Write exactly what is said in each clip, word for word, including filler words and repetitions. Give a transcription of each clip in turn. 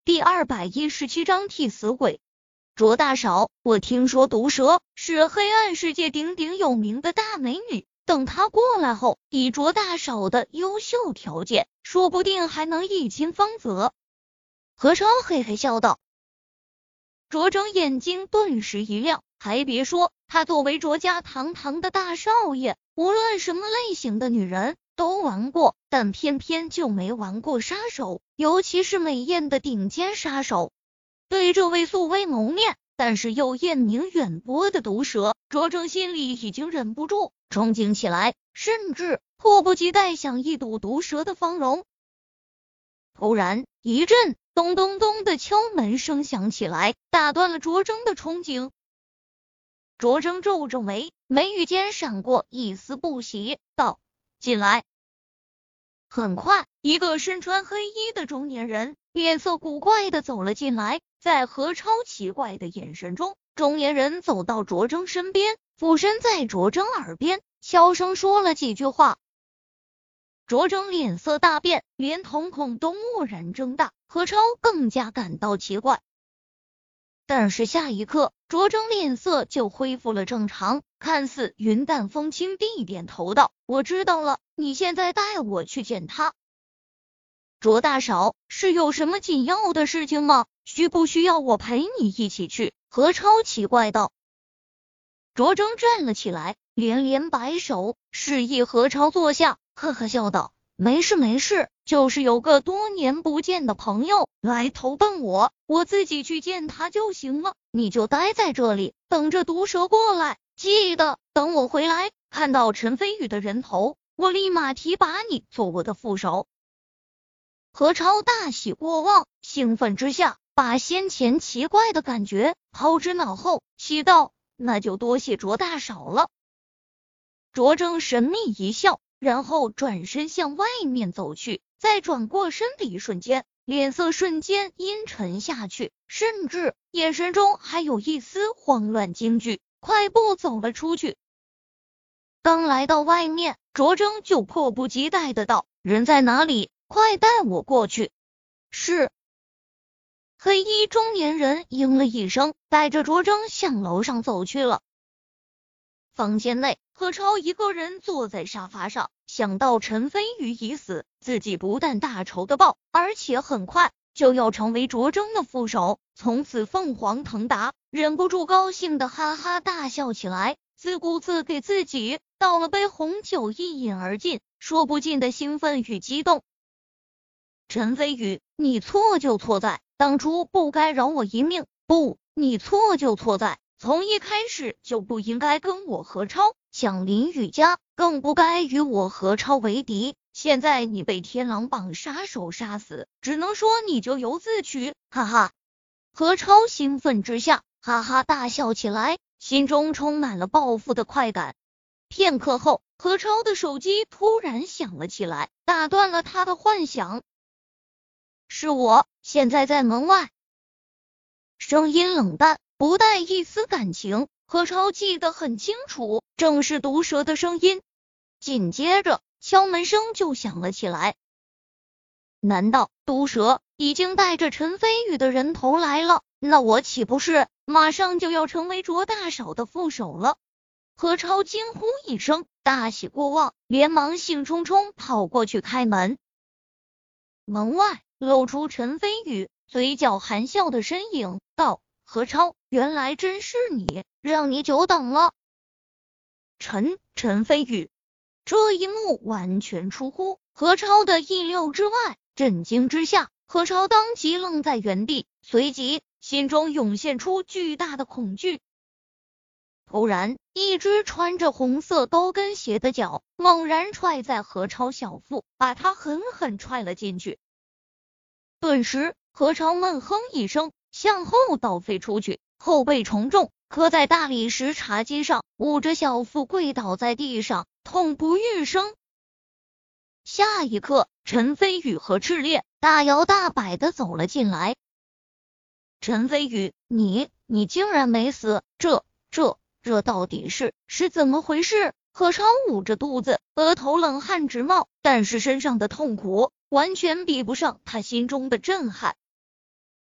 第二百一十七章替死鬼。卓大嫂，我听说毒蛇是黑暗世界鼎鼎有名的大美女，等她过来后，以卓大嫂的优秀条件，说不定还能一亲芳泽。何超嘿嘿笑道。卓征眼睛顿时一亮，还别说，他作为卓家堂堂的大少爷，无论什么类型的女人都玩过，但偏偏就没玩过杀手，尤其是美艳的顶尖杀手。对这位素未谋面但是又艳名远播的毒蛇，卓征心里已经忍不住憧憬起来，甚至迫不及待想一睹毒蛇的芳容。突然一阵咚咚咚的敲门声响起来，打断了卓征的憧憬。卓征皱皱眉，眉宇间闪过一丝不喜，道：进来。很快，一个身穿黑衣的中年人脸色古怪的走了进来，在何超奇怪的眼神中，中年人走到卓征身边，俯身在卓征耳边悄声说了几句话。卓征脸色大变，连瞳孔都蓦然睁大，何超更加感到奇怪。但是下一刻，卓征脸色就恢复了正常，看似云淡风轻地点头道：我知道了，你现在带我去见他。卓大嫂，是有什么紧要的事情吗？需不需要我陪你一起去？何超奇怪道。卓征站了起来，连连摆手，示意何超坐下，呵呵笑道：没事没事，就是有个多年不见的朋友来投奔我，我自己去见他就行了，你就待在这里，等着毒蛇过来，记得等我回来，看到陈飞宇的人头，我立马提拔你做我的副手。何超大喜过望，兴奋之下把先前奇怪的感觉抛之脑后，喜道：那就多谢卓大嫂了。卓征神秘一笑，然后转身向外面走去，在转过身的一瞬间，脸色瞬间阴沉下去，甚至眼神中还有一丝慌乱惊惧，快步走了出去。刚来到外面，卓征就迫不及待的道：人在哪里？快带我过去。是。黑衣中年人应了一声，带着卓征向楼上走去了。房间内，何超一个人坐在沙发上，想到陈飞宇已死，自己不但大仇的报，而且很快就要成为卓征的副手，从此凤凰腾达，忍不住高兴的哈哈大笑起来，自顾自给自己倒了杯红酒，一饮而尽，说不尽的兴奋与激动。陈飞宇，你错就错在当初不该饶我一命，不，你错就错在从一开始就不应该跟我何超抢林雨家，更不该与我何超为敌。现在你被天狼榜杀手杀死，只能说你咎由自取，哈哈。何超兴奋之下哈哈大笑起来，心中充满了报复的快感。片刻后，何超的手机突然响了起来，打断了他的幻想。是我，现在在门外。声音冷淡，不带一丝感情，何超记得很清楚，正是毒蛇的声音。紧接着敲门声就响了起来。难道毒蛇已经带着陈飞宇的人头来了？那我岂不是马上就要成为卓大嫂的副手了？何超惊呼一声，大喜过望，连忙兴冲冲跑过去开门。门外露出陈飞宇嘴角含笑的身影，道：何超，原来真是你，让你久等了。陈陈飞宇，这一幕完全出乎何超的意料之外，震惊之下，何超当即愣在原地，随即心中涌现出巨大的恐惧。突然，一只穿着红色高跟鞋的脚猛然踹在何超小腹，把他狠狠踹了进去。顿时，何超闷哼一声，向后倒飞出去，后背重重，磕在大理石茶几上，捂着小腹跪倒在地上，痛不欲生。下一刻，陈飞宇和赤烈大摇大摆的走了进来。陈飞宇，你你竟然没死，这这这到底是是怎么回事？何超捂着肚子，额头冷汗直冒，但是身上的痛苦完全比不上他心中的震撼。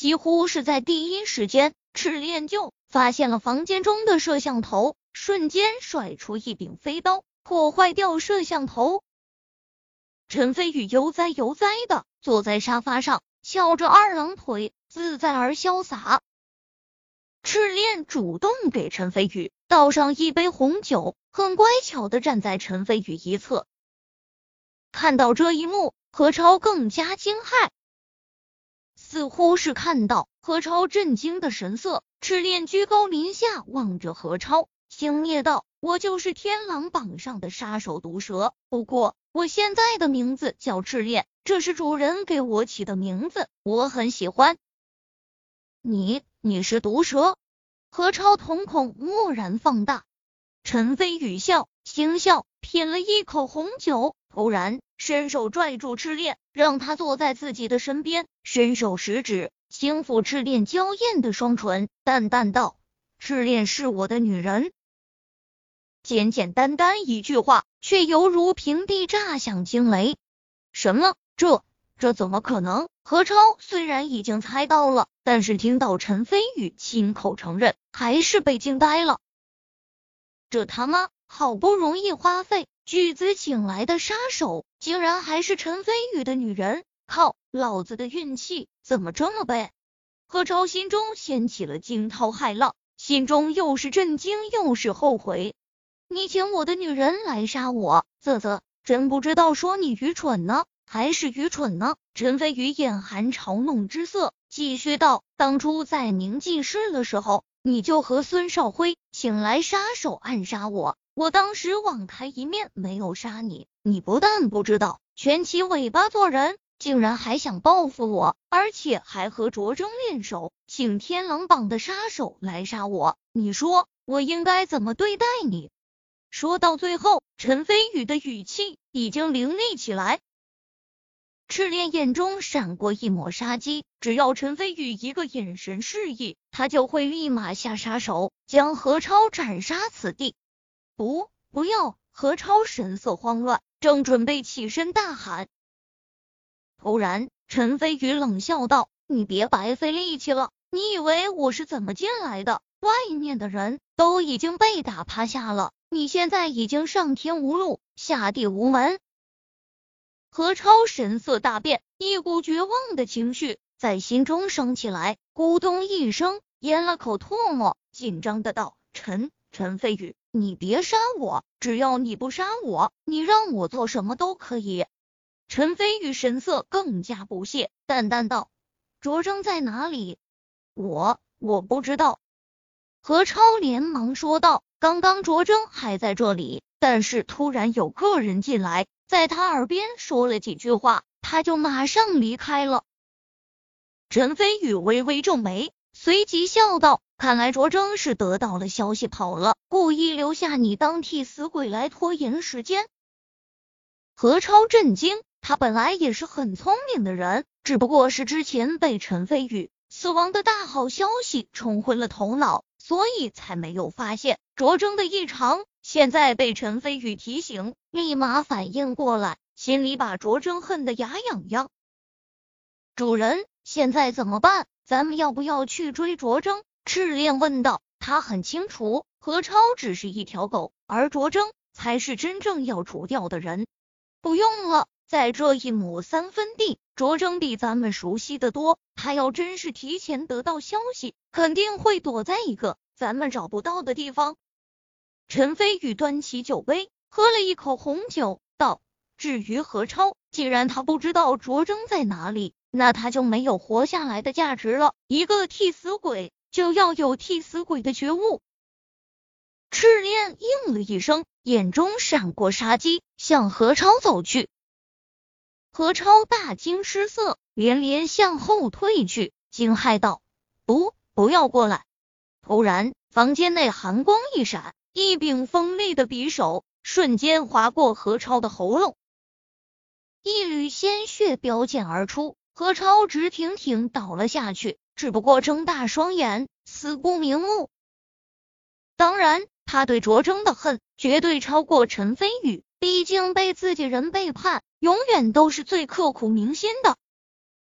几乎是在第一时间，赤练就发现了房间中的摄像头，瞬间甩出一柄飞刀，破坏掉摄像头。陈飞宇悠哉悠哉的坐在沙发上，翘着二郎腿，自在而潇洒。赤练主动给陈飞宇倒上一杯红酒，很乖巧的站在陈飞宇一侧。看到这一幕，何超更加惊骇，似乎是看到何超震惊的神色，赤练居高临下望着何超，轻蔑道：“我就是天狼榜上的杀手毒蛇，不过我现在的名字叫赤练，这是主人给我起的名字，我很喜欢。”你，你是毒蛇？何超瞳孔蓦然放大。陈飞宇笑，轻笑，品了一口红酒，突然伸手拽住赤练，让他坐在自己的身边，伸手食指轻抚赤练娇艳的双唇，淡淡道：“赤练是我的女人。”简简单单一句话，却犹如平地炸响惊雷。什么？这这怎么可能？何超虽然已经猜到了，但是听到陈飞宇亲口承认，还是被惊呆了。这他妈好不容易花费巨资请来的杀手，竟然还是陈飞宇的女人！靠，老子的运气怎么这么背？何超心中掀起了惊涛骇浪，心中又是震惊又是后悔。你请我的女人来杀我，啧啧，真不知道说你愚蠢呢，还是愚蠢呢？陈飞宇眼含嘲弄之色，继续道：“当初在明记市的时候，你就和孙少辉请来杀手暗杀我，我当时网开一面，没有杀你。你不但不知道蜷起尾巴做人，竟然还想报复我，而且还和卓征联手，请天狼榜的杀手来杀我。你说我应该怎么对待你？”说到最后，陈飞宇的语气已经凌厉起来。赤练眼中闪过一抹杀机，只要陈飞宇一个眼神示意，他就会立马下杀手，将何超斩杀此地。不，不要！何超神色慌乱，正准备起身大喊，突然陈飞宇冷笑道：“你别白费力气了，你以为我是怎么进来的？外面的人都已经被打趴下了，你现在已经上天无路，下地无门。”何超神色大变，一股绝望的情绪在心中升起来，咕咚一声咽了口唾沫，紧张的道：“陈陈飞宇，你别杀我，只要你不杀我，你让我做什么都可以。”陈飞宇神色更加不屑，淡淡道：“卓征在哪里？”我我不知道。何超连忙说道：“刚刚卓征还在这里，但是突然有个人进来，在他耳边说了几句话，他就马上离开了。”陈飞宇微微皱眉，随即笑道：“看来卓征是得到了消息跑了，故意留下你当替死鬼来拖延时间。”何超震惊，他本来也是很聪明的人，只不过是之前被陈飞宇死亡的大好消息冲昏了头脑，所以才没有发现卓征的异常。现在被陈飞宇提醒，立马反应过来，心里把卓征恨得牙痒痒。主人，现在怎么办？咱们要不要去追卓征？赤练问道。他很清楚，何超只是一条狗，而卓征才是真正要除掉的人。不用了，在这一亩三分地，卓征比咱们熟悉的多，他要真是提前得到消息，肯定会躲在一个咱们找不到的地方。陈飞宇端起酒杯，喝了一口红酒，道：“至于何超，既然他不知道卓征在哪里，那他就没有活下来的价值了。一个替死鬼就要有替死鬼的觉悟。”赤练应了一声，眼中闪过杀机，向何超走去。何超大惊失色，连连向后退去，惊骇道：“不，不要过来！”突然，房间内寒光一闪，一柄锋利的匕首瞬间划过何超的喉咙，一缕鲜血飙溅而出，何超直挺挺倒了下去，只不过睁大双眼，死不瞑目。当然，他对卓征的恨绝对超过陈飞宇，毕竟被自己人背叛，永远都是最刻骨铭心的。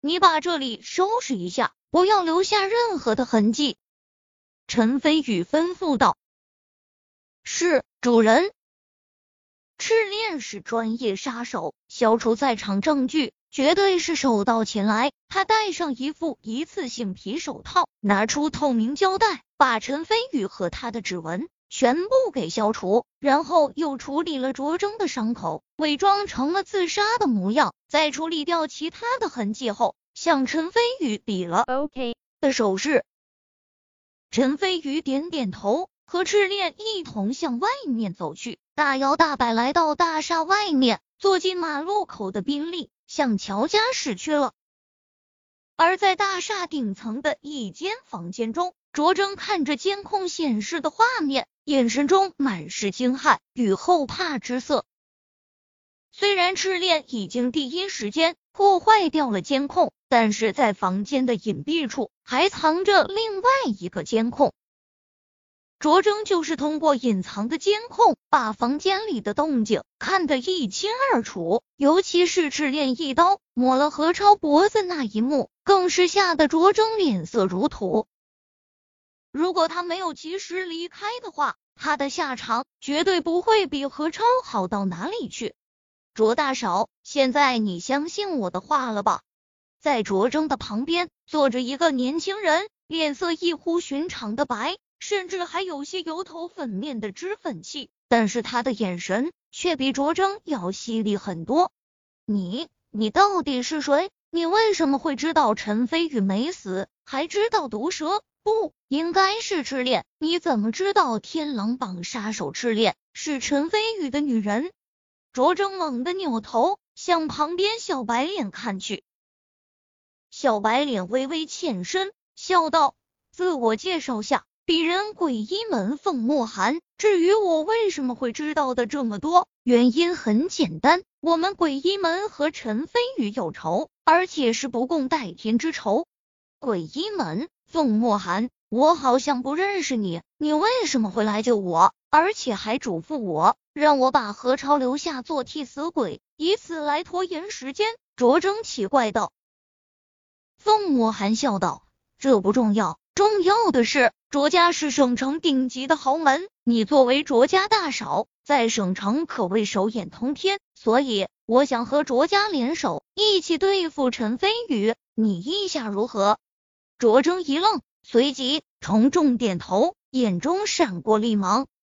你把这里收拾一下，不要留下任何的痕迹。陈飞宇吩咐道。是，主人。赤练是专业杀手，消除在场证据绝对是手到擒来。他戴上一副一次性皮手套，拿出透明胶带，把陈飞宇和他的指纹全部给消除，然后又处理了卓征的伤口，伪装成了自杀的模样。在处理掉其他的痕迹后，向陈飞宇比了 OK 的手势。陈飞宇点点头，和赤练一同向外面走去，大摇大摆来到大厦外面，坐进马路口的宾利，向乔家驶去了。而在大厦顶层的一间房间中，卓征看着监控显示的画面，眼神中满是惊骇与后怕之色。虽然赤练已经第一时间破坏掉了监控，但是在房间的隐蔽处还藏着另外一个监控。卓征就是通过隐藏的监控，把房间里的动静看得一清二楚，尤其是赤练一刀抹了何超脖子那一幕，更是吓得卓征脸色如土。如果他没有及时离开的话，他的下场绝对不会比何超好到哪里去。卓大嫂，现在你相信我的话了吧？在卓征的旁边坐着一个年轻人，脸色异乎寻常的白，甚至还有些油头粉面的脂粉气，但是他的眼神却比卓征要犀利很多。你，你到底是谁？你为什么会知道陈飞宇没死，还知道毒蛇？不应该是赤练，你怎么知道天狼榜杀手赤练是陈飞宇的女人？卓征猛地扭头向旁边小白脸看去，小白脸微微欠身笑道：自我介绍下，鄙人鬼医门凤墨寒。至于我为什么会知道的这么多，原因很简单，我们鬼医门和陈飞宇有仇，而且是不共戴天之仇。鬼医门，凤墨寒，我好像不认识你，你为什么会来救我？而且还嘱咐我，让我把何超留下做替死鬼，以此来拖延时间。卓征奇怪道。凤墨寒笑道：这不重要，重要的是卓家是省城顶级的豪门，你作为卓家大嫂，在省城可谓手眼通天，所以我想和卓家联手，一起对付陈飞宇，你意下如何？卓征一愣，随即重重点头，眼中闪过厉芒。